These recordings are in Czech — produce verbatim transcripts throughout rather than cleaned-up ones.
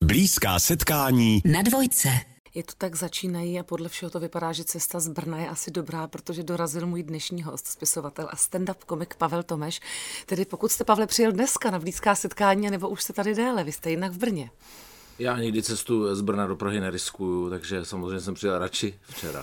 Blízká setkání na dvojce. Je to tak začínají a podle všeho to vypadá, že cesta z Brna je asi dobrá, protože dorazil můj dnešní host, spisovatel a stand-up komik Pavel Tomeš. Tedy pokud jste, Pavle, přijel dneska na Blízká setkání, nebo už jste tady déle, vy jste jinak v Brně. Já nikdy cestu z Brna do Prahy neriskuju, takže samozřejmě jsem přijel radši včera.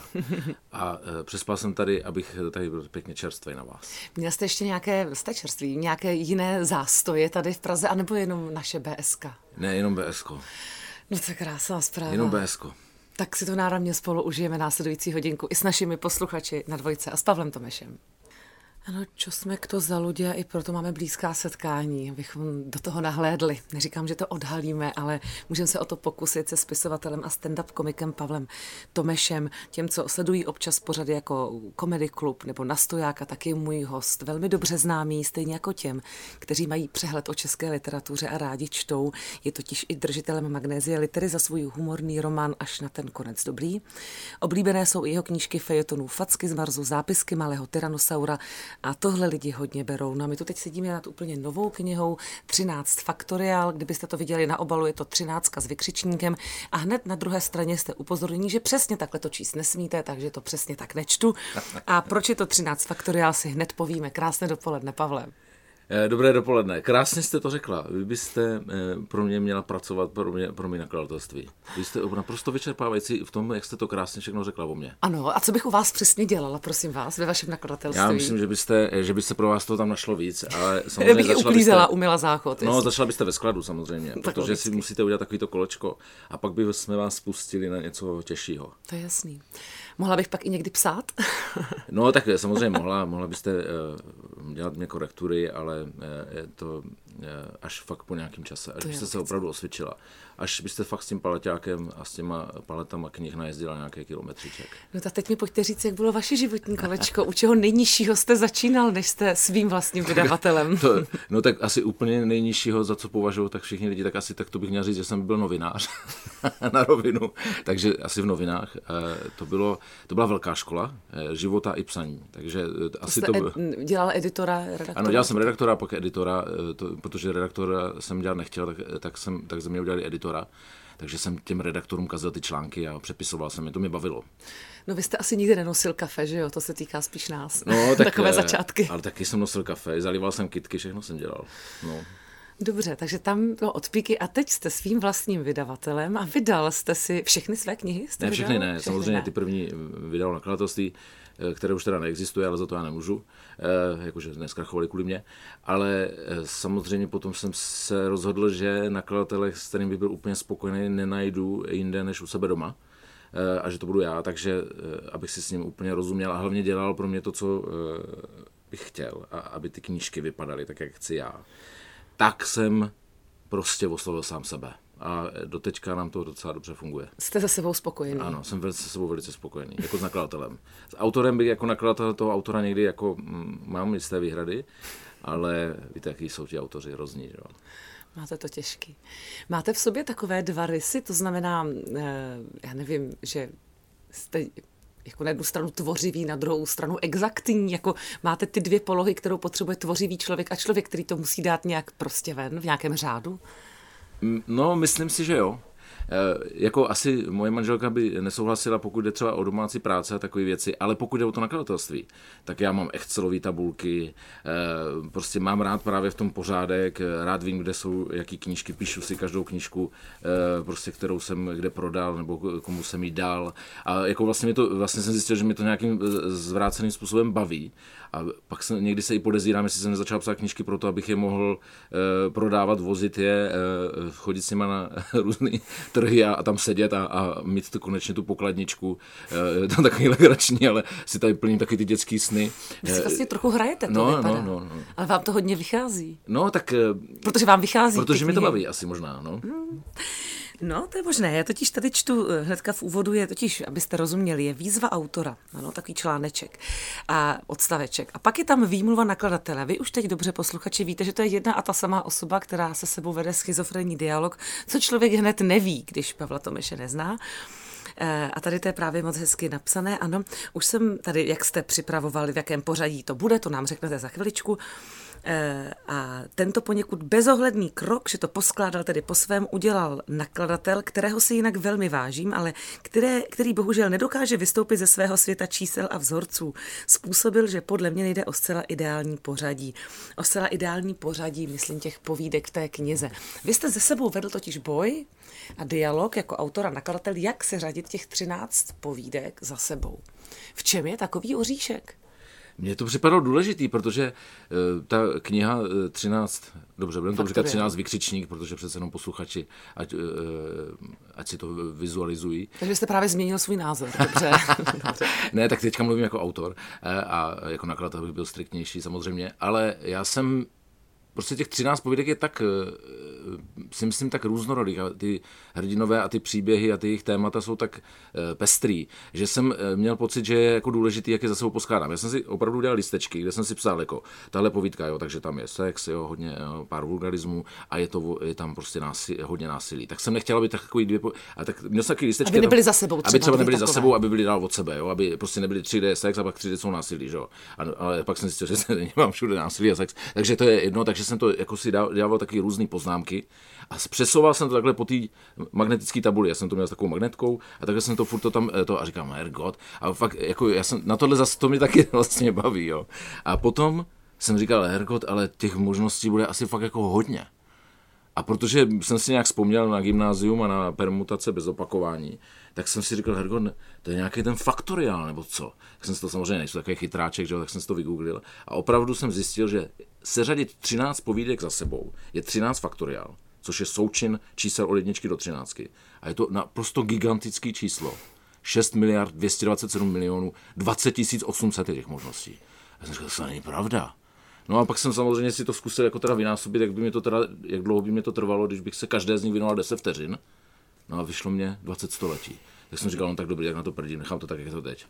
A e, přespal jsem tady, abych tady byl pěkně čerstvý na vás. Měl jste ještě nějaké, jste čerství, nějaké jiné zástoje tady v Praze, anebo jenom naše bé es ká? Ne, jenom bé es ká. No to je krásná zpráva. Jenom bé es ká. Tak si to náramně spolu užijeme následující hodinku i s našimi posluchači na dvojce a s Pavlem Tomešem. Ano, čo jsme k to za ľudia, i proto máme blízká setkání, abychom do toho nahlédli. Neříkám, že to odhalíme, ale můžeme se o to pokusit se spisovatelem a stand-up komikem Pavlem Tomešem. Těm, co sledují občas pořady jako Comedy Club nebo Nastojáka, tak je můj host velmi dobře známý, stejně jako těm, kteří mají přehled o české literatuře a rádi čtou. Je totiž i držitelem Magnézie Litery za svůj humorný román Až na ten konec dobrý. Oblíbené jsou i jeho knížky fejetonů Facky z Marsu, Zápisky malého tyrannosaura. A tohle lidi hodně berou. No a my tu teď sedíme nad úplně novou knihou třináct Faktoriál. Kdybyste to viděli na obalu, je to třináctka s vykřičníkem. A hned na druhé straně jste upozornění, že přesně takhle to číst nesmíte, takže to přesně tak nečtu. A proč je to třináct Faktoriál, si hned povíme. Krásné dopoledne, Pavle. Dobré dopoledne. Krásně jste to řekla. Vy byste pro mě měla pracovat pro mě, pro mě nakladatelství. Vy jste naprosto vyčerpávající v tom, jak jste to krásně všechno řekla o mě. Ano, a co bych u vás přesně dělala, prosím vás, ve vašem nakladatelství? Já myslím, že byste, že byste pro vás to tam našlo víc, ale samozřejmě bych začala uklízela, byste, umyla záchod. No, začala byste ve skladu samozřejmě, tak protože logicky. si musíte udělat takovýto kolečko a pak bychom vás spustili na něco těžšího. To je jasný. Mohla bych pak i někdy psát? No, tak samozřejmě mohla, mohla byste uh, dělat mě korektury, ale uh, je to uh, až fakt po nějakém čase, až byste se opravdu osvědčila. Až byste fakt s tím paleťákem a s těma paletama knih najezdila nějaký kilometříček. No tak teď mi pojďte říct, jak bylo vaše životní kolečko, u čeho nejnižšího jste začínal, než jste svým vlastním vydavatelem. To, no tak asi úplně nejnižšího, za co považuji, tak všichni lidi, tak asi tak to bych měl říct, že jsem byl novinář na rovinu, takže asi v novinách. To, bylo, to byla velká škola života i psaní, takže to asi jste to bylo... Ed, dělal editora, redaktora? Ano, dělal jsem redaktora a pak editora, to, protože redaktora jsem dělat nechtěl, tak, tak, jsem, tak ze mě udělali editora. Takže jsem těm redaktorům kazil ty články a přepisoval jsem je, to mě bavilo. No vy jste asi nikdy nenosil kafe, že jo? To se týká spíš nás. No, tak, takové začátky. Ale taky jsem nosil kafe, zalíval jsem kytky, všechno jsem dělal. No. Dobře, takže tam bylo odpíky a teď jste svým vlastním vydavatelem a vydal jste si všechny své knihy? Jste ne, všechny vydal? ne, všechny samozřejmě ne. Ty první vydal nakladatelství, které už teda neexistuje, ale za to já nemůžu, eh, jakože neskrachovali kvůli mě, ale eh, samozřejmě potom jsem se rozhodl, že nakladatele, s kterým bych byl úplně spokojený, nenajdu jinde než u sebe doma eh, a že to budu já, takže eh, abych si s ním úplně rozuměl a hlavně dělal pro mě to, co eh, bych chtěl, a aby ty knížky vypadaly tak, jak chci já. Tak jsem prostě oslovil sám sebe. A doteďka nám to docela dobře funguje. Jste se sebou spokojený? Ano, jsem se sebou velice spokojený, jako s nakladatelem. S autorem bych jako nakladatel toho autora někdy jako mm, mám jisté výhrady, ale víte, jaký jsou ti autoři hrozní, že jo. Máte to těžký. Máte v sobě takové dva rysy, to znamená, já nevím, že jste jako na jednu stranu tvořivý, na druhou stranu exaktní, jako máte ty dvě polohy, kterou potřebuje tvořivý člověk a člověk, který to musí dát nějak prostě ven, v nějakém řádu? No, myslím si, že jo. E, jako asi moje manželka by nesouhlasila, pokud jde třeba o domácí práce a takové věci, ale pokud jde o to nakladatelství, tak já mám Excelové tabulky, e, prostě mám rád právě v tom pořádek, rád vím, kde jsou jaký knížky, píšu si každou knížku, e, prostě kterou jsem kde prodal nebo komu jsem jí dal. A jako vlastně, mi to, vlastně jsem zjistil, že mi to nějakým zvráceným způsobem baví. A pak se, někdy se i podezírám, jestli jsem nezačal psát knížky pro to, abych je mohl e, prodávat, vozit je, e, chodit s nima na různé trhy a, a tam sedět a, a mít to konečně tu pokladničku. E, to takový legrační, ale si tady plním taky ty dětský sny. Vy si vlastně trochu hrajete, to no, vypadá. No, no, no. Ale vám to hodně vychází. No, tak... Protože vám vychází Protože mi to baví asi možná, no. Hmm. No, to je možné. Já totiž tady čtu hnedka v úvodu, je totiž, abyste rozuměli, je výzva autora, ano, takový článeček a odstaveček. A pak je tam výmluva nakladatele. Vy už teď dobře, posluchači, víte, že to je jedna a ta samá osoba, která se sebou vede schizofrenní dialog, co člověk hned neví, když Pavla Tomeše nezná. A tady to je právě moc hezky napsané. Ano, už jsem tady, jak jste připravovali, v jakém pořadí to bude, to nám řeknete za chviličku. A tento poněkud bezohledný krok, že to poskládal tedy po svém, udělal nakladatel, kterého si jinak velmi vážím, ale které, který bohužel nedokáže vystoupit ze svého světa čísel a vzorců. Způsobil, že podle mě nejde o zcela ideální pořadí. O zcela ideální pořadí, myslím, těch povídek v té knize. Vy jste ze sebou vedl totiž boj a dialog jako autor a nakladatel, jak se řadit těch třináct povídek za sebou. V čem je takový oříšek? Mně to připadalo důležitý, protože uh, ta kniha uh, třináct, dobře, budeme to říkat třináct vykřičník, protože přece jenom posluchači, ať, uh, ať si to vizualizují. Takže jste právě změnil svůj názor, dobře. dobře. Ne, tak teďka mluvím jako autor a jako nakladatel bych byl striktnější samozřejmě, ale já jsem prostě těch třináct povídek je tak, si myslím, tak různorodých a ty hrdinové a ty příběhy a ty jejich témata jsou tak pestrý, že jsem měl pocit, že je jako důležitý, jak je za sebou poskládám. Já jsem si opravdu dělal listečky, kde jsem si psal jako tahle povídka, jo, takže tam je sex, jo, hodně jo, pár vulgarismů a je to je tam prostě násil, hodně násilí. Tak jsem nechtěl, aby takový dvě, a tak měl jsem taky listečky, aby nebyli za sebou, třeba, aby třeba nebyli za sebou, aby byli dál od sebe, jo, aby prostě nebyli tři dé sex a pak tři dé jsou násilí, jo. Ale pak jsem zjistil, že se nemám všude násilí a sex. Takže to je jedno, takže jsem to jako si dával taky různý poznámky a přesouval jsem to takhle po té magnetické tabuli. Já jsem to měl s takovou magnetkou a takhle jsem to furt to tam to a říkám, hergot. A fakt jako já jsem na tohle zase to mě taky vlastně baví, jo. A potom jsem říkal, hergot, ale těch možností bude asi fakt jako hodně. A protože jsem si nějak vzpomněl na gymnázium a na permutace bez opakování, tak jsem si říkal, hergot, to je nějaký ten faktoriál, nebo co? Tak jsem si to samozřejmě, nejsou takový chytráček, že? Tak jsem si to vygooglil. A opravdu jsem zjistil, že seřadit třináct povídek za sebou je třináct faktoriál, což je součin čísel od jedničky do třináctky. A je to naprosto gigantický číslo. šest miliard dvě stě dvacet sedm milionů dvacet tisíc osm set těch možností. A jsem říkal, to není pravda. No a pak jsem samozřejmě si to zkusil jako teda vynásobit, jak by mě to teda, jak dlouho by mě to trvalo, když bych se každé z nich věnoval deset vteřin. No a vyšlo mě dvacet století. Tak jsem říkal, no tak dobrý, jak na to prdím, nechám to tak, jak je to teď.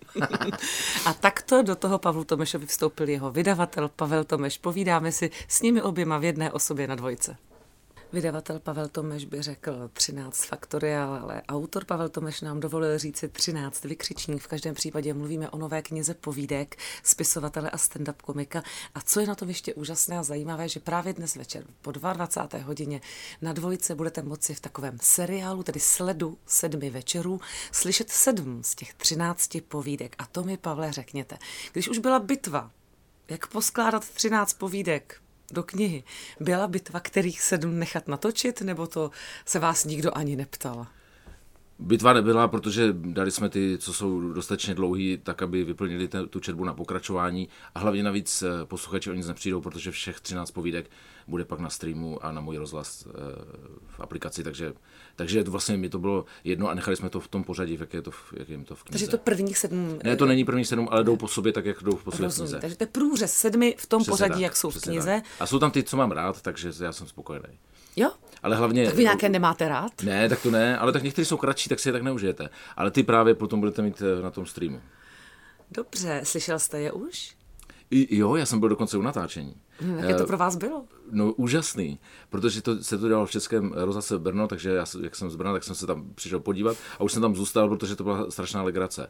A takto do toho Pavlu Tomešovi vstoupil jeho vydavatel Pavel Tomeš. Povídáme si s nimi oběma v jedné osobě na dvojce. Vydavatel Pavel Tomeš by řekl třináct faktoriál, ale autor Pavel Tomeš nám dovolil říci třináct vykřičník. V každém případě mluvíme o nové knize povídek spisovatele a stand-up komika. A co je na tom ještě úžasné a zajímavé, že právě dnes večer po dvacáté druhé hodině na dvojce budete moci v takovém seriálu, tedy sledu sedmi večerů, slyšet sedm z těch třinácti povídek. A to mi, Pavle, řekněte. Když už byla bitva, jak poskládat třináct povídek do knihy, byla bitva, kterých sedm nechat natočit, nebo to se vás nikdo ani neptal? Bitva nebyla, protože dali jsme ty, co jsou dostatečně dlouhý, tak, aby vyplnili te, tu četbu na pokračování a hlavně navíc posluchači o nic nepřijdou, protože všech třináct povídek bude pak na streamu a na můj rozhlas v aplikaci, takže, takže vlastně mi to bylo jedno a nechali jsme to v tom pořadí, jak je to v, jak je to v knize. Takže to prvních sedm... Ne, to není prvních sedm, ale jdou po sobě tak, jak jdou po sobě v knize. Takže to je průřez sedmi v tom Přesně pořadí, tak, jak jsou v knize. Tak. A jsou tam ty, co mám rád, takže já jsem spokojený. Jo? Ale hlavně... Tak vy nějaké nemáte rád? Ne, tak to ne, ale tak někteří jsou kratší, tak si je tak neužijete. Ale ty právě potom budete mít na tom streamu. Dobře, slyšel jste je už? I, jo, já jsem byl dokonce u natáčení. Jak to pro vás bylo? No úžasný, protože to, se to dělalo v Českém rozhlase Brno, takže já, jak jsem z Brna, tak jsem se tam přišel podívat a už jsem tam zůstal, protože to byla strašná legrace.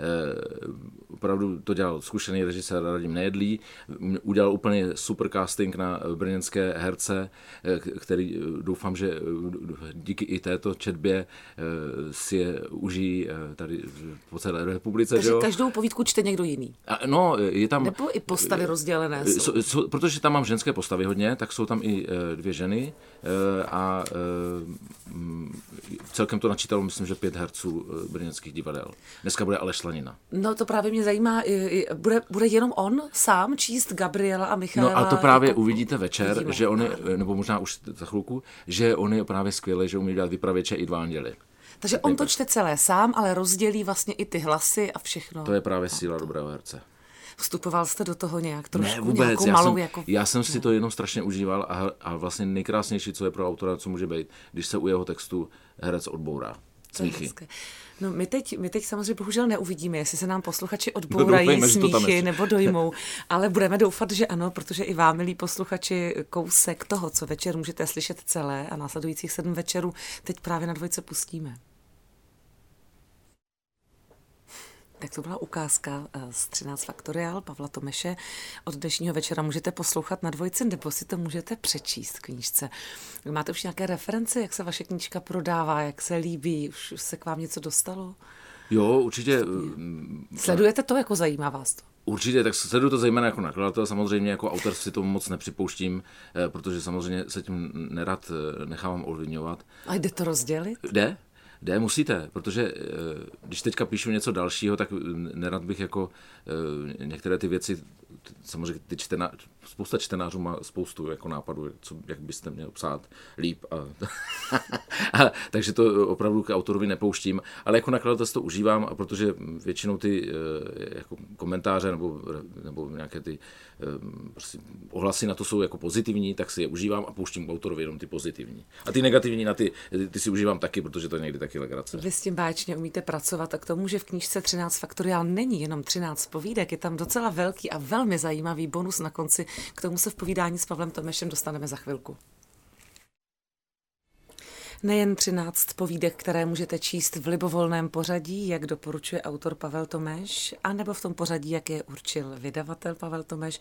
E, opravdu to dělal zkušený režisér Radim Nejedlý, udělal úplně super casting na brněnské herce, který doufám, že díky i této četbě si je užijí tady po celé republice. Takže jo? Každou povídku čte někdo jiný? A, no, je tam... Nebo i postavy rozdělené jsou? jsou, jsou protože tam mám ženské postavy hodně, tak jsou tam i e, dvě ženy e, a e, m, celkem to načítalo, myslím, že pět herců e, brněnských divadel. Dneska bude Aleš Slanina. No to právě mě zajímá, bude, bude jenom on sám číst Gabriela a Michaela? No a to právě jako... uvidíte večer, Vidíme. že on je, nebo možná už za chvilku, že on je právě skvělý, že umí dělat vypravěče i dva anděly. Takže on to čte celé sám, ale rozdělí vlastně i ty hlasy a všechno. To je právě síla dobrého herce. Vstupoval jste do toho nějak trošku? Ne, vůbec. Nějakou Já, malou, jsem, jako... já jsem si to jenom strašně užíval a, a vlastně nejkrásnější, co je pro autora, co může být, když se u jeho textu herec odbourá. Smíchy. No my teď, my teď samozřejmě bohužel neuvidíme, jestli se nám posluchači odbourají no, smíchy nebo dojmou, ale budeme doufat, že ano, protože i vám, milí posluchači, kousek toho, co večer můžete slyšet celé a následujících sedm večerů teď právě na dvojce pustíme. Tak to byla ukázka z třináct Faktoriál Pavla Tomeše. Od dnešního večera můžete poslouchat na Dvojce, nebo si to můžete přečíst v knížce. Máte už nějaké reference, jak se vaše knížka prodává, jak se líbí? Už se k vám něco dostalo? Jo, určitě. Sledujete to, jako zajímá vás to? Určitě, tak sleduju to zejména jako nakladatel, samozřejmě jako autor si tomu moc nepřipouštím, protože samozřejmě se tím nerad nechávám ovlivňovat. A jde to rozdělit? Jde? Jde, musíte, protože když teďka píšu něco dalšího, tak nerad bych jako některé ty věci, samozřejmě ty čtená, spousta čtenářů má spoustu jako nápadů, co, jak byste měl psát líp. A, a, takže to opravdu k autorovi nepouštím, ale jako nakladatel to užívám, a protože většinou ty jako komentáře nebo, nebo nějaké ty prostě ohlasy na to jsou jako pozitivní, tak si je užívám a pouštím autorovi jenom ty pozitivní. A ty negativní na ty, ty si užívám taky, protože to je někdy taky legrace. Vy s tím báječně umíte pracovat a k tomu, že v knížce třináct Faktoriál není jenom třináct povídek, je tam docela velký a velmi zajímavý bonus na konci. K tomu se v povídání s Pavlem Tomešem dostaneme za chvilku. Nejen třináct povídek, které můžete číst v libovolném pořadí, jak doporučuje autor Pavel Tomeš, anebo v tom pořadí, jak je určil vydavatel Pavel Tomeš,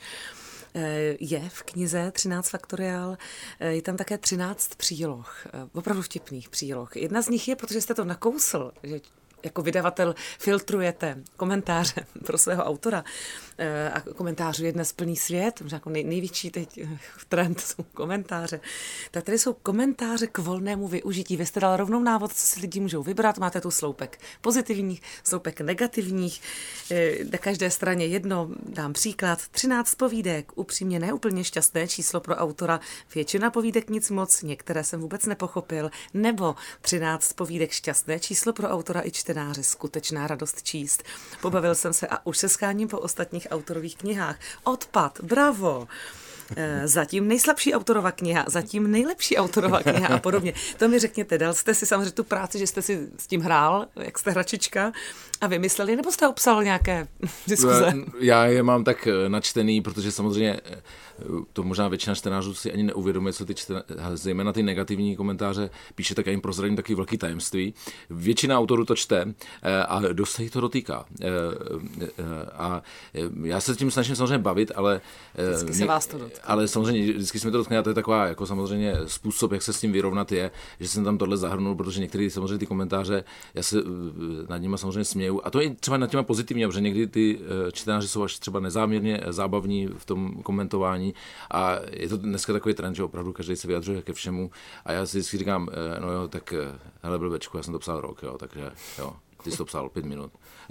je v knize třináct Faktoriál. Je tam také třináct příloh, opravdu vtipných příloh. Jedna z nich je, protože jste to nakousl, že jako vydavatel filtrujete komentáře pro svého autora a komentářů je dnes plný svět, možná jako nej, největší teď trend jsou komentáře. Tak tady jsou komentáře k volnému využití. Vy jste dal rovnou návod, co si lidi můžou vybrat. Máte tu sloupek pozitivních, sloupek negativních. Na každé straně jedno, dám příklad, třináct povídek, upřímně neúplně šťastné číslo pro autora, většina povídek nic moc, některé jsem vůbec nepochopil, nebo třináct povídek šťastné číslo pro autora i čtenáře, skutečná radost číst. Pobavil jsem se a už se sháním po ostatních autorových knihách. Odpad, bravo! Zatím nejslabší autorova kniha, zatím nejlepší autorova kniha a podobně. To mi řekněte, dal jste si samozřejmě tu práci, že jste si s tím hrál, jak jste hračička a vymysleli, nebo jste obsal nějaké diskuze? Já je mám tak načtený, protože samozřejmě to možná většina čtenářů si ani neuvědomuje, co ty čtenáře, zejména ty negativní komentáře píše, tak já jim prozradím taky velký tajemství. Většina autorů to čte a dost se jich to dotýká. A já se s tím snažím samozřejmě bavit, ale... Vždycky se vás to dotká. Ale samozřejmě vždycky jsme to dotkli a to je taková jako samozřejmě způsob, jak se s tím vyrovnat je, že jsem tam tohle zahrnul, protože některé samozřejmě ty komentáře, já se nad nimi samozřejmě směju. A to je třeba nad těma pozitivně, protože někdy ty čtenáři jsou až třeba nezáměrně zábavní v tom komentování a je to dneska takový trend, že opravdu každý se vyjadřuje ke všemu a já si vždycky říkám, no jo, tak hele blbečku, já jsem to psal rok, jo, takže jo, ty jsi to psal pět minut.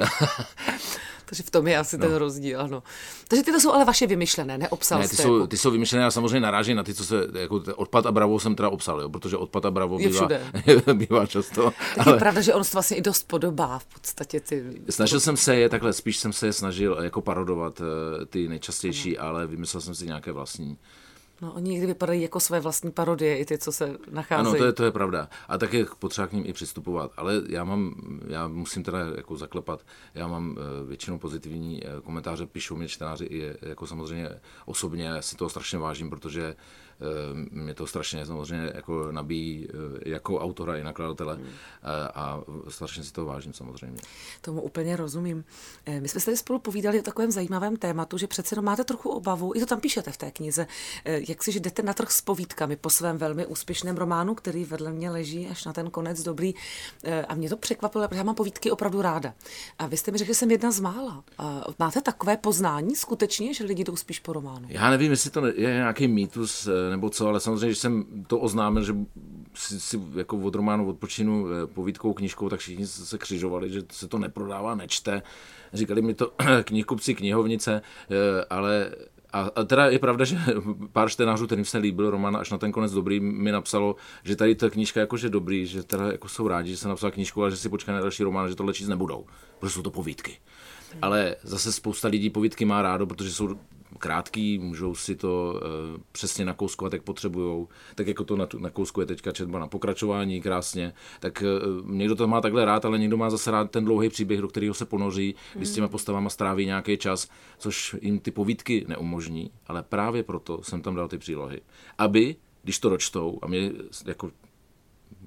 Takže v tom je asi no. ten rozdíl, ano. Takže ty to jsou ale vaše vymyšlené, neobsal ne, ty jste. Jsou, jako... ty jsou vymyšlené a samozřejmě naráží na ty, co se, jako odpad a bravo jsem teda obsal, jo, protože odpad a bravo bývá, bývá často. Tak ale... je pravda, že on se vlastně i dost podobá v podstatě ty... Snažil jsem se je takhle, spíš jsem se je snažil jako parodovat ty nejčastější, ano. Ale vymyslel jsem si nějaké vlastní. No, oni někdy vypadají jako své vlastní parodie, i ty, co se nacházejí. Ano, to je, to je pravda. A tak je potřeba k ním i přistupovat. Ale já mám, já musím teda jako zaklepat, já mám většinou pozitivní komentáře, píšou mě čtenáři i jako samozřejmě osobně, já si toho strašně vážím, protože mě to strašně samozřejmě jako nabíjí jako autora i nakladatele hmm. a strašně si to vážím samozřejmě. Tomu úplně rozumím. My jsme se tady spolu povídali o takovém zajímavém tématu, že přece máte trochu obavu, i to tam píšete v té knize, jak si, že jdete na trh s povídkami po svém velmi úspěšném románu, který vedle mě leží až na ten konec dobrý. A mě to překvapilo, protože já mám povídky opravdu ráda. A vy jste mi řekli, že jsem jedna z mála. Máte takové poznání skutečně, že lidi jdou spíš po románu? Já nevím, jestli to je nějaký mýtus nebo co, ale samozřejmě, že jsem to oznámil, že si, si jako od románu odpočinu povídkou, knížkou, tak všichni se křižovali, že se to neprodává, nečte. Říkali mi to knihkupci, knihovnice, ale a, a teda je pravda, že pár čtenářů, kterým se líbil román až na ten konec dobrý, mi napsalo, že tady ta knížka jakože dobrý, že teda jako jsou rádi, že se napsala knížku, ale že si počkají na další román, že tohle číst nebudou, protože jsou to povídky. Hmm. Ale zase spousta lidí povídky má rádo, protože jsou krátký, můžou si to uh, přesně nakouskovat, jak potřebujou, tak jako to nakouskuje teďka četba na pokračování krásně, tak uh, někdo to má takhle rád, ale někdo má zase rád ten dlouhý příběh, do kterého se ponoří, mm. když s těma postavama stráví nějaký čas, což jim ty povídky neumožní, ale právě proto jsem tam dal ty přílohy, aby, když to dočtou, a mě jako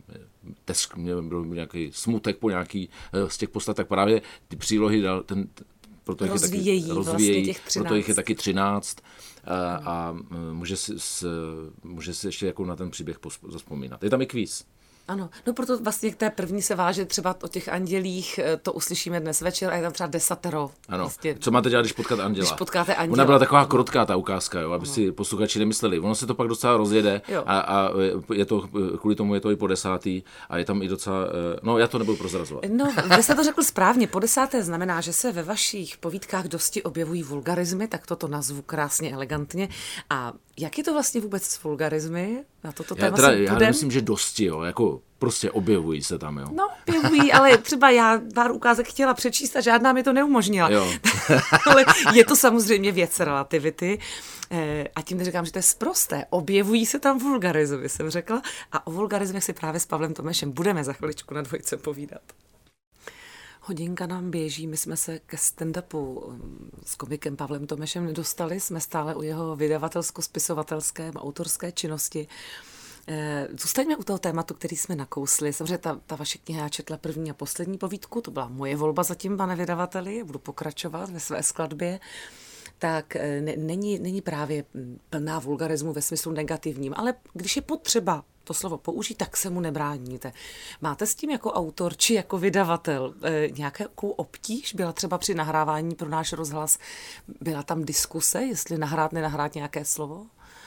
tesk, mě byl nějaký smutek po nějaký z těch postav, tak právě ty přílohy dal ten proto jich rozvíjejí, je taky, rozvíjejí vlastně těch třináct. Proto jich je taky třináct a, a může, si, s, může si ještě jako na ten příběh zaspomínat. Je tam i kvíz. Ano, no proto vlastně k té první se váže třeba o těch andělích, to uslyšíme dnes večer a je tam třeba desatero. Ano, vlastně. Co máte dělat, když potkat anděla? Když potkáte anděla. Ona byla taková krotká ta ukázka, jo, aby ano. si posluchači nemysleli. Ono se to pak docela rozjede a, a je to, kvůli tomu je to i po desátý a je tam i docela, no já to nebudu prozrazovat. No, vy jste to řekl správně, po desáté znamená, že se ve vašich povídkách dosti objevují vulgarizmy, tak toto nazvu krásně elegantně. A jak je to vlastně vůbec s vulgarizmy? Na toto já, teda, já myslím, že dosti, jo, jako prostě objevují se tam, jo. No, objevují, ale třeba já pár ukázek chtěla přečíst a žádná mi to neumožnila. Jo. Ale je to samozřejmě věc relativity. A tím neříkám, že to je sprosté. Objevují se tam vulgarizmy, jsem řekla. A o vulgarizmech si právě s Pavlem Tomešem budeme za chviličku na dvojce povídat. Hodinka nám běží, my jsme se ke stand-upu s komikem Pavlem Tomešem nedostali, jsme stále u jeho vydavatelsko-spisovatelské autorské činnosti. Zůstaňme u toho tématu, který jsme nakousli. Samozřejmě ta, ta vaše kniha, já četla první a poslední povídku, to byla moje volba zatím, pane vydavateli, budu pokračovat ve své skladbě. Tak ne, není, není právě plná vulgarismu ve smyslu negativním, ale když je potřeba to slovo použít, tak se mu nebráníte. Máte s tím jako autor či jako vydavatel e, nějakou obtíž? Byla třeba při nahrávání pro náš rozhlas, byla tam diskuse, jestli nahrát, nenahrát nějaké slovo?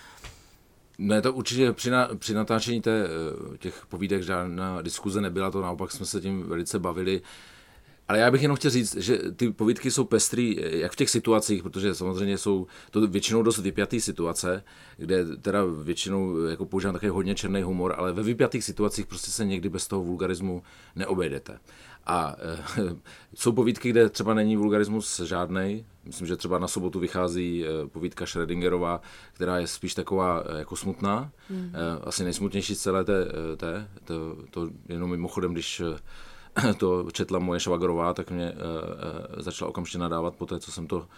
Ne, to určitě při, na, při natáčení té, těch povídek žádná diskuze nebyla, to naopak jsme se tím velice bavili. Ale já bych jenom chtěl říct, že ty povídky jsou pestrý jak v těch situacích, protože samozřejmě jsou to většinou dost vypjatý situace, kde teda většinou jako používám také hodně černý humor, ale ve vypjatých situacích prostě se někdy bez toho vulgarismu neobejdete. A e, jsou povídky, kde třeba není vulgarismus žádnej. Myslím, že třeba na sobotu vychází e, povídka Schrödingerova, která je spíš taková e, jako smutná. Mm. E, asi nejsmutnější z celé té, té to, to jenom mimochodem, když to četla moje švagrová, tak mě uh, začala okamžitě nadávat po té, co jsem to, uh,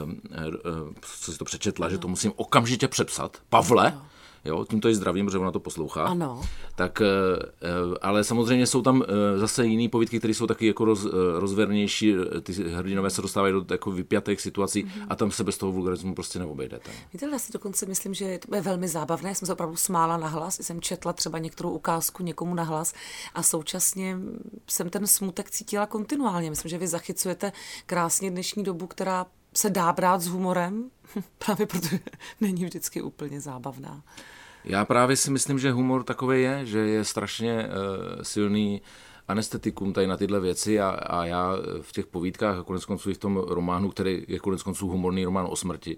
uh, co si to přečetla, ano. Že to musím okamžitě přepsat. Pavle, ano. Jo, tímto ji zdravím, protože ona to poslouchá. Ano. Tak, uh, ale samozřejmě jsou tam uh, zase jiný povídky, které jsou taky jako roz, uh, rozvernější, ty hrdinové se dostávají do jako vypjatých situací mm-hmm. a tam se bez toho vulgarismu prostě neobejdete. Víte, já si dokonce myslím, že to je velmi zábavné, já jsem se opravdu smála nahlas, jsem četla třeba některou ukázku někomu nahlas a současně jsem ten smutek cítila kontinuálně. Myslím, že vy zachycujete krásně dnešní dobu, která se dá brát s humorem, právě protože není vždycky úplně zábavná. Já právě si myslím, že humor takový je, že je strašně uh, silný anestetikum tady na tyhle věci a, a já v těch povídkách a konec konců i v tom románu, který je konec konců humorný román o smrti,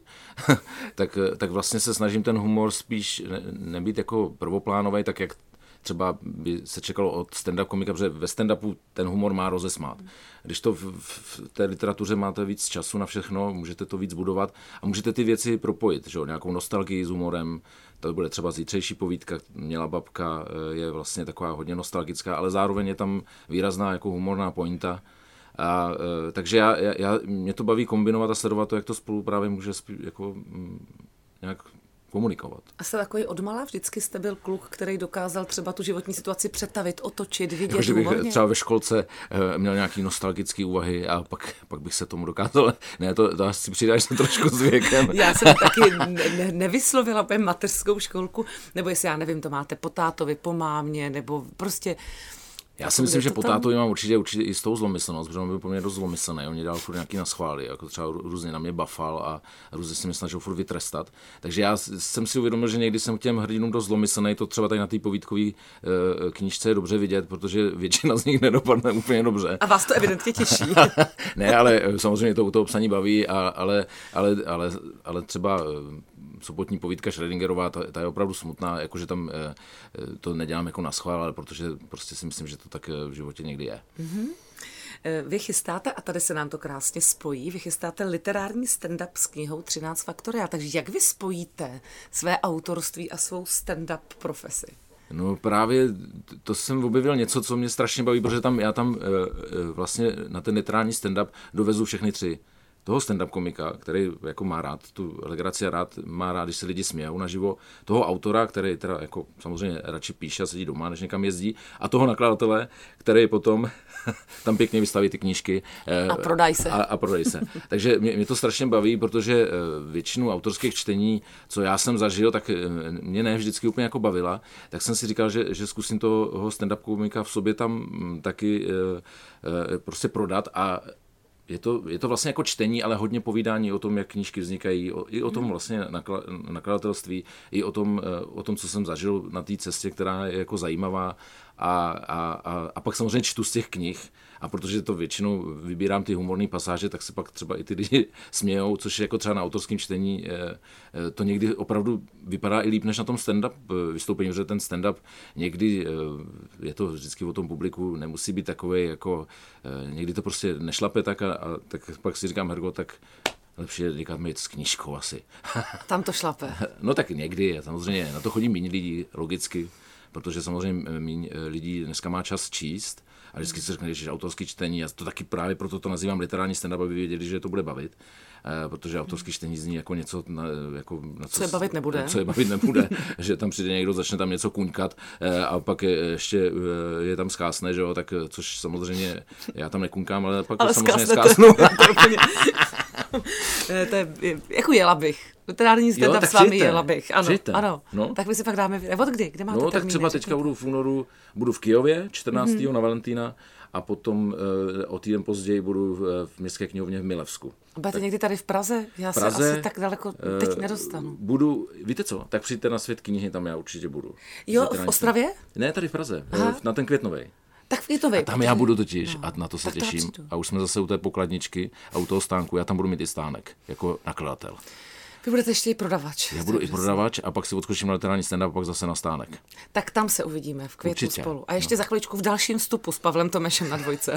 tak, tak vlastně se snažím ten humor spíš ne, nebýt jako prvoplánový, tak jak třeba by se čekalo od stand-up komika, protože ve stand-upu ten humor má rozesmát. Když to v, v té literatuře máte víc času na všechno, můžete to víc budovat a můžete ty věci propojit, že jo? Nějakou nostalgii s humorem. To bude třeba zítřejší povídka, Měla babka, je vlastně taková hodně nostalgická, ale zároveň je tam výrazná jako humorná pointa. A, takže já, já, mě to baví kombinovat a sledovat to, jak to spolu právě může spí, jako, nějak komunikovat. A jste takový odmala? Vždycky jste byl kluk, který dokázal třeba tu životní situaci přetavit, otočit, vidět jako, že bych humorně? třeba ve školce měl nějaký nostalgický úvahy a pak, pak bych se tomu dokázal. Ne, to, to asi přidáš se trošku s věkem. Já jsem taky ne, nevyslovila úplně mateřskou školku, nebo jestli já nevím, to máte po tátovi, po mámě, nebo prostě... Já si myslím, že po tátovi mám určitě, určitě i s tou zlomyslnost, protože on byl po mně dost zlomyslný, on mě dal furt nějaký naschvály, jako třeba různě na mě bafal a různě si mě snažil furt vytrestat. Takže já jsem si uvědomil, že někdy jsem k těm hrdinům dost zlomyslný, to třeba tady na té povídkové uh, knížce je dobře vidět, protože většina z nich nedopadne úplně dobře. A vás to evidentně těší. Ne, ale samozřejmě to u toho psaní baví, a, ale, ale, ale, ale třeba sobotní povídka Schrödingerová, ta, ta je opravdu smutná, jakože tam eh, to nedělám jako naschvál, ale protože prostě si myslím, že to tak v životě někdy je. Mm-hmm. Vy chystáte, a tady se nám to krásně spojí, vy chystáte literární stand-up s knihou třináct faktoriál, takže jak vy spojíte své autorství a svou stand-up profesi? No právě to jsem objevil něco, co mě strašně baví, protože tam já tam vlastně na ten literární stand-up dovezu všechny tři. toho stand-up komika, který jako má rád tu legraci a rád, má rád, když se lidi smějou naživo, toho autora, který teda jako samozřejmě radši píše a sedí doma, než někam jezdí, a toho nakladatele, který potom tam pěkně vystaví ty knížky. A prodaj se. A, a prodaj se. Takže mě, mě to strašně baví, protože většinu autorských čtení, co já jsem zažil, tak mě ne vždycky úplně jako bavila, tak jsem si říkal, že, že zkusím toho stand-up komika v sobě tam taky prostě prodat a Je to, je to vlastně jako čtení, ale hodně povídání o tom, jak knížky vznikají, o, i o tom vlastně nakladatelství, i o tom, o tom, co jsem zažil na té cestě, která je jako zajímavá a, a, a, a pak samozřejmě čtu z těch knih a protože to většinou vybírám ty humorné pasáže, tak se pak třeba i ty lidi smějou, což je jako třeba na autorském čtení, to někdy opravdu vypadá i líp než na tom stand-up vystoupení, protože ten stand-up někdy, je to vždycky o tom publiku, nemusí být takovej jako, někdy to prostě nešlape tak a, a tak pak si říkám, Hergo, tak lepší je říkat mít s knížkou asi. Tam to šlape. No tak někdy, samozřejmě, na to chodí méně lidí, logicky, protože samozřejmě méně lidí dneska má čas číst a vždycky se řekne, že autorský čtení, já to taky právě proto to nazývám literární stand-up, aby věděli, že to bude bavit, protože autorský čtení zní jako něco, na, jako, na co, co je bavit nebude. Co je bavit nebude, že tam přijde někdo, začne tam něco kuňkat a pak ještě je tam zkásne, že jo, tak což samozřejmě já tam nekuňkám, ale pak ale samozřejmě zkásnu. To je, jako jela bych. Literární stand-up s vámi jela bych. Ano, ano. No. Tak my si pak dáme, od kdy? Kde máte No, termíny? Tak třeba teďka budu v únoru, budu v Kyjově, čtrnáctého Mm-hmm. na Valentína a potom e, o týden později budu v, v Městské knihovně v Milevsku. Budete někdy tady v Praze? Já v Praze, se asi tak daleko teď nedostanu. Budu, víte co, tak přijďte na Svět knihy, tam já určitě budu. Jo, v Ostravě? Ne, tady v Praze, Aha. na ten Květnovej. Tak v Květnovej. A tam já budu totiž no. a na to se tak těším. To a už jsme zase u té pokladničky a u toho stánku, já tam budu mít i stánek, jako nakladatel. Vy budete ještě i prodavač. Já budu i prodavač a pak si odskočím na literární stand-up a pak zase na stánek. Tak tam se uvidíme v květnu Určitě. Spolu. A ještě no. za chviličku v dalším vstupu s Pavlem Tomešem na Dvojce.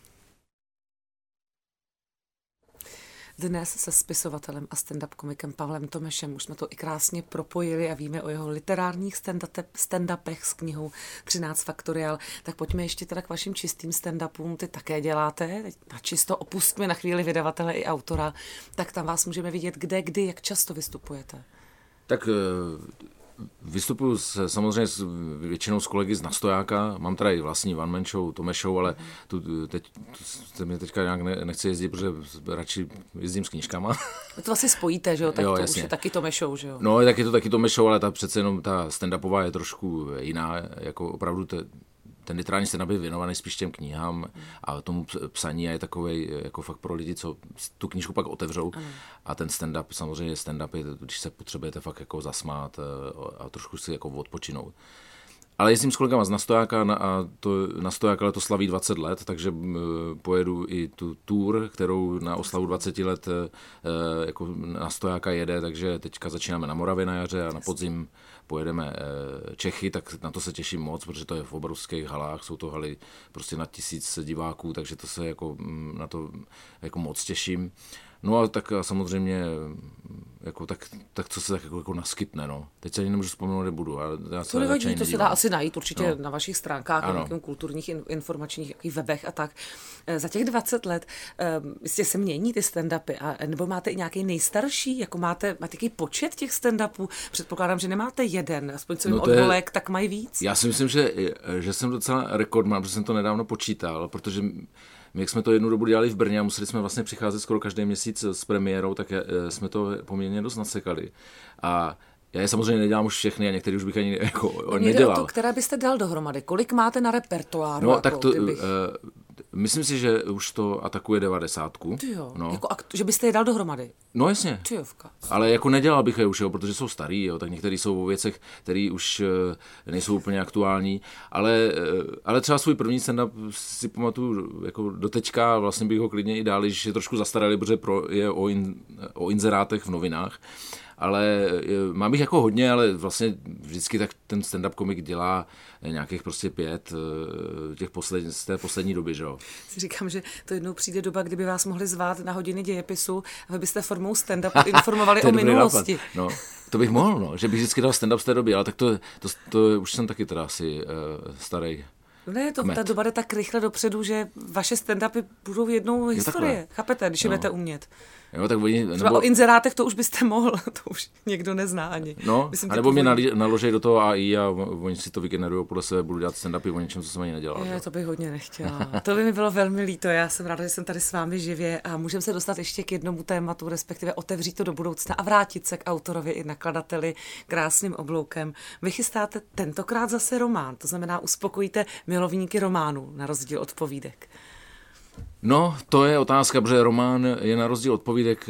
Dnes se spisovatelem a stand-up komikem Pavlem Tomešem už jsme to i krásně propojili a víme o jeho literárních stand-upech s knihou třináct Faktoriál. Tak pojďme ještě teda k vašim čistým stand-upům. Ty také děláte. Teď na čisto opustme na chvíli vydavatele i autora. Tak tam vás můžeme vidět kde, kdy, jak často vystupujete. Tak vystupuju se, samozřejmě s, většinou s kolegy z Nastojáka, mám teda i vlastní one man show, Tomeš show, ale tu, teď, tu, mě teďka nějak ne, nechci jezdit, protože radši jezdím s knížkama. To asi spojíte, že jo? Tak jo, to jasně. Už je taky Tomeš show, že jo? No, tak je to taky Tomeš show, ale ta přece jenom ta stand-upová je trošku jiná, jako opravdu te, ten literární stand-up je věnovaný spíš těm knihám a tomu psaní a je takovej jako fakt pro lidi, co tu knížku pak otevřou. Ano. A ten stand-up, samozřejmě stand-up je, když se potřebujete fakt jako zasmát a trošku si jako odpočinout. Ale jezdím s kolegama z Nastojáka a to Nastoják ale to slaví dvacet let, takže pojedu i tu tour, kterou na oslavu dvacet let jako Nastojáka jede, takže teďka začínáme na Moravě na jaře a na podzim pojedeme Čechy, tak na to se těším moc, protože to je v obrovských halách, jsou to haly prostě na tisíc diváků, takže to se jako na to jako moc těším. No a tak a samozřejmě, jako, tak, tak co se tak jako, jako naskytne, no. Teď se ani nemůžu vzpomenout, kde budu. Ale já to nevadí, to se dá asi najít určitě no. na vašich stránkách, ano. na nějakých kulturních informačních webech a tak. Za těch dvacet let um, jistě se mění ty stand-upy, a, nebo máte i nějaký nejstarší, jako máte, máte jaký počet těch stand-upů? Předpokládám, že nemáte jeden, aspoň co jim no od volek, tak mají víc. Já si myslím, že, že jsem docela rekordman, protože jsem to nedávno počítal, protože my, jak jsme to jednu dobu dělali v Brně a museli jsme vlastně přicházet skoro každý měsíc s premiérou, tak jsme to poměrně dost nasekali. A já je samozřejmě nedělám už všechny a některý už bych ani jako nedělal. To, které byste dal dohromady? Kolik máte na repertoáru? No, jako, tak to, kdybych... uh, myslím si, že už to atakuje devadesátku. Ty jo, no. jako, že byste je dal dohromady? No jasně. Tyjovka. Ale jako nedělal bych je už, jo, protože jsou starý, jo, tak některý jsou o věcech, které už uh, nejsou úplně aktuální, ale, uh, ale třeba svůj první stand-up si pamatuju jako doteďka, vlastně bych ho klidně i dál, když je trošku zastaralý, protože pro, je o, in, o inzerátech v novinách. Ale mám jich jako hodně, ale vlastně vždycky tak ten stand-up komik dělá nějakých prostě pět těch poslední, z té poslední doby, že jo. Si říkám, že to jednou přijde doba, kdyby vás mohli zvát na hodiny dějepisu a vy byste formou stand-upu informovali o minulosti. Nápad. No, to bych mohl, no, že bych vždycky dal stand-up z té doby, ale tak to, to, to, to už jsem taky teda asi uh, starý. Ne, to, ta doba jde tak rychle dopředu, že vaše stand-upy budou jednou historie. Chápete, když je budete umět. Jo, tak oni, třeba nebo... o inzerátech to už byste mohl, to už někdo nezná ani. No, anebo mě naloží do toho A I a oni si to vygenerují podle sebe, budu dělat stand-upy o něčem, co jsem ani nedělal. Je, to bych hodně nechtěla. To by mi bylo velmi líto, já jsem ráda, že jsem tady s vámi živě a můžeme se dostat ještě k jednomu tématu, respektive otevřít to do budoucna a vrátit se k autorovi i nakladateli krásným obloukem. Vy chystáte tentokrát zase román, to znamená uspokojíte milovníky románů, na rozdíl od povídek. No, to je otázka, protože román je na rozdíl od povídek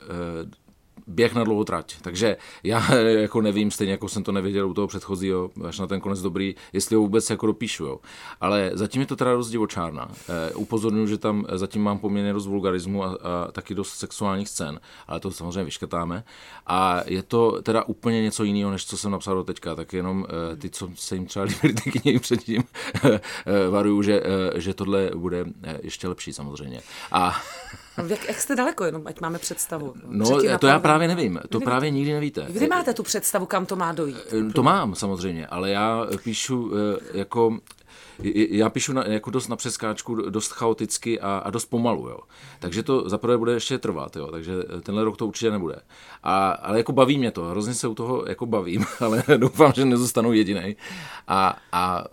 běh na dlouhou trať. Takže já jako nevím, stejně jako jsem to nevěděl u toho předchozího, až na ten konec dobrý, jestli ho vůbec jako dopíšu. Jo. Ale zatím je to teda dost divočárna. E, upozorňuji, že tam zatím mám poměrně dost vulgarismu a, a taky dost sexuálních scén, ale to samozřejmě vyškrtáme. A je to teda úplně něco jiného, než co jsem napsal do teďka, tak jenom e, ty, co se jim třeba líbily ty knihy předtím, e, varuju, že, e, že tohle bude ještě lepší samozřejmě. A Jak, jak jste daleko, jenom ať máme představu? No, Třetí to já právě nevím. To nevíte. Právě nikdy nevíte. Kdy máte tu představu, kam to má dojít? To mám samozřejmě, ale já píšu jako... Já píšu na, jako dost na přeskáčku, dost chaoticky a, a dost pomalu, jo. Takže to zaprvé bude ještě trvat, jo. Takže tenhle rok to určitě nebude. A, ale jako baví mě to, hrozně se u toho jako bavím, ale doufám, že nezůstanu jedinej. A, a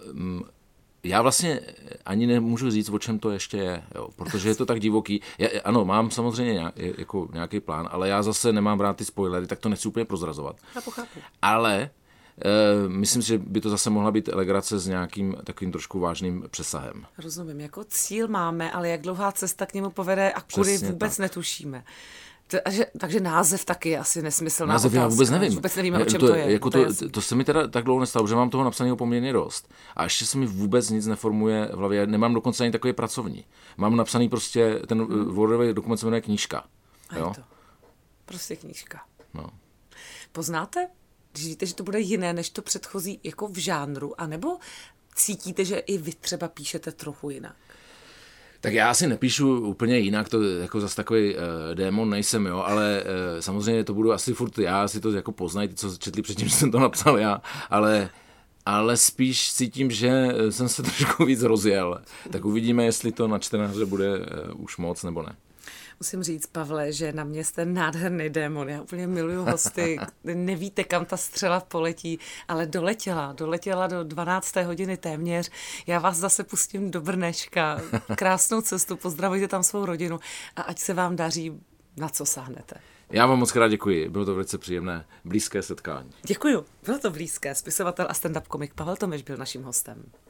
já vlastně ani nemůžu říct, o čem to ještě je, jo, protože je to tak divoký. Já, ano, mám samozřejmě nějak, jako nějaký plán, ale já zase nemám rád ty spoilery, tak to nechci úplně prozrazovat. Chápu, chápu. Ale e, myslím si, že by to zase mohla být legrace s nějakým takovým trošku vážným přesahem. Rozumím, jako cíl máme, ale jak dlouhá cesta k němu povede a kudy vůbec tak netušíme. Takže, takže název taky je asi nesmyslná název otázka. Já vůbec nevím. Vůbec nevíme, o čem to, to je. Jako to, to, to se mi teda tak dlouho nestalo, že mám toho napsaného poměrně dost. A ještě se mi vůbec nic neformuje v hlavě. Nemám dokonce ani takový pracovní. Mám napsaný prostě, ten hmm. Wordový dokument se jmenuje knížka. A jo? je to. Prostě knížka. No. Poznáte, když víte, že to bude jiné než to předchozí jako v žánru, anebo cítíte, že i vy třeba píšete trochu jinak? Tak já asi nepíšu úplně jinak, to jako zase takový uh, démon nejsem, jo, ale uh, samozřejmě to budu asi furt já, si to jako poznají, ty, co četli předtím, že jsem to napsal já, ale, ale spíš cítím, že jsem se trošku víc rozjel. Tak uvidíme, jestli to na čtenáře bude uh, už moc nebo ne. Musím říct, Pavle, že na mě jste nádherný démon. Já úplně miluju hosty. Nevíte, kam ta střela poletí, ale doletěla. Doletěla do dvanácté hodiny téměř. Já vás zase pustím do Brneška. Krásnou cestu, pozdravujte tam svou rodinu a ať se vám daří, na co sáhnete. Já vám moc krát děkuji. Bylo to velice příjemné, blízké setkání. Děkuju. Bylo to blízké. Spisovatel a stand-up komik Pavel Tomeš byl naším hostem.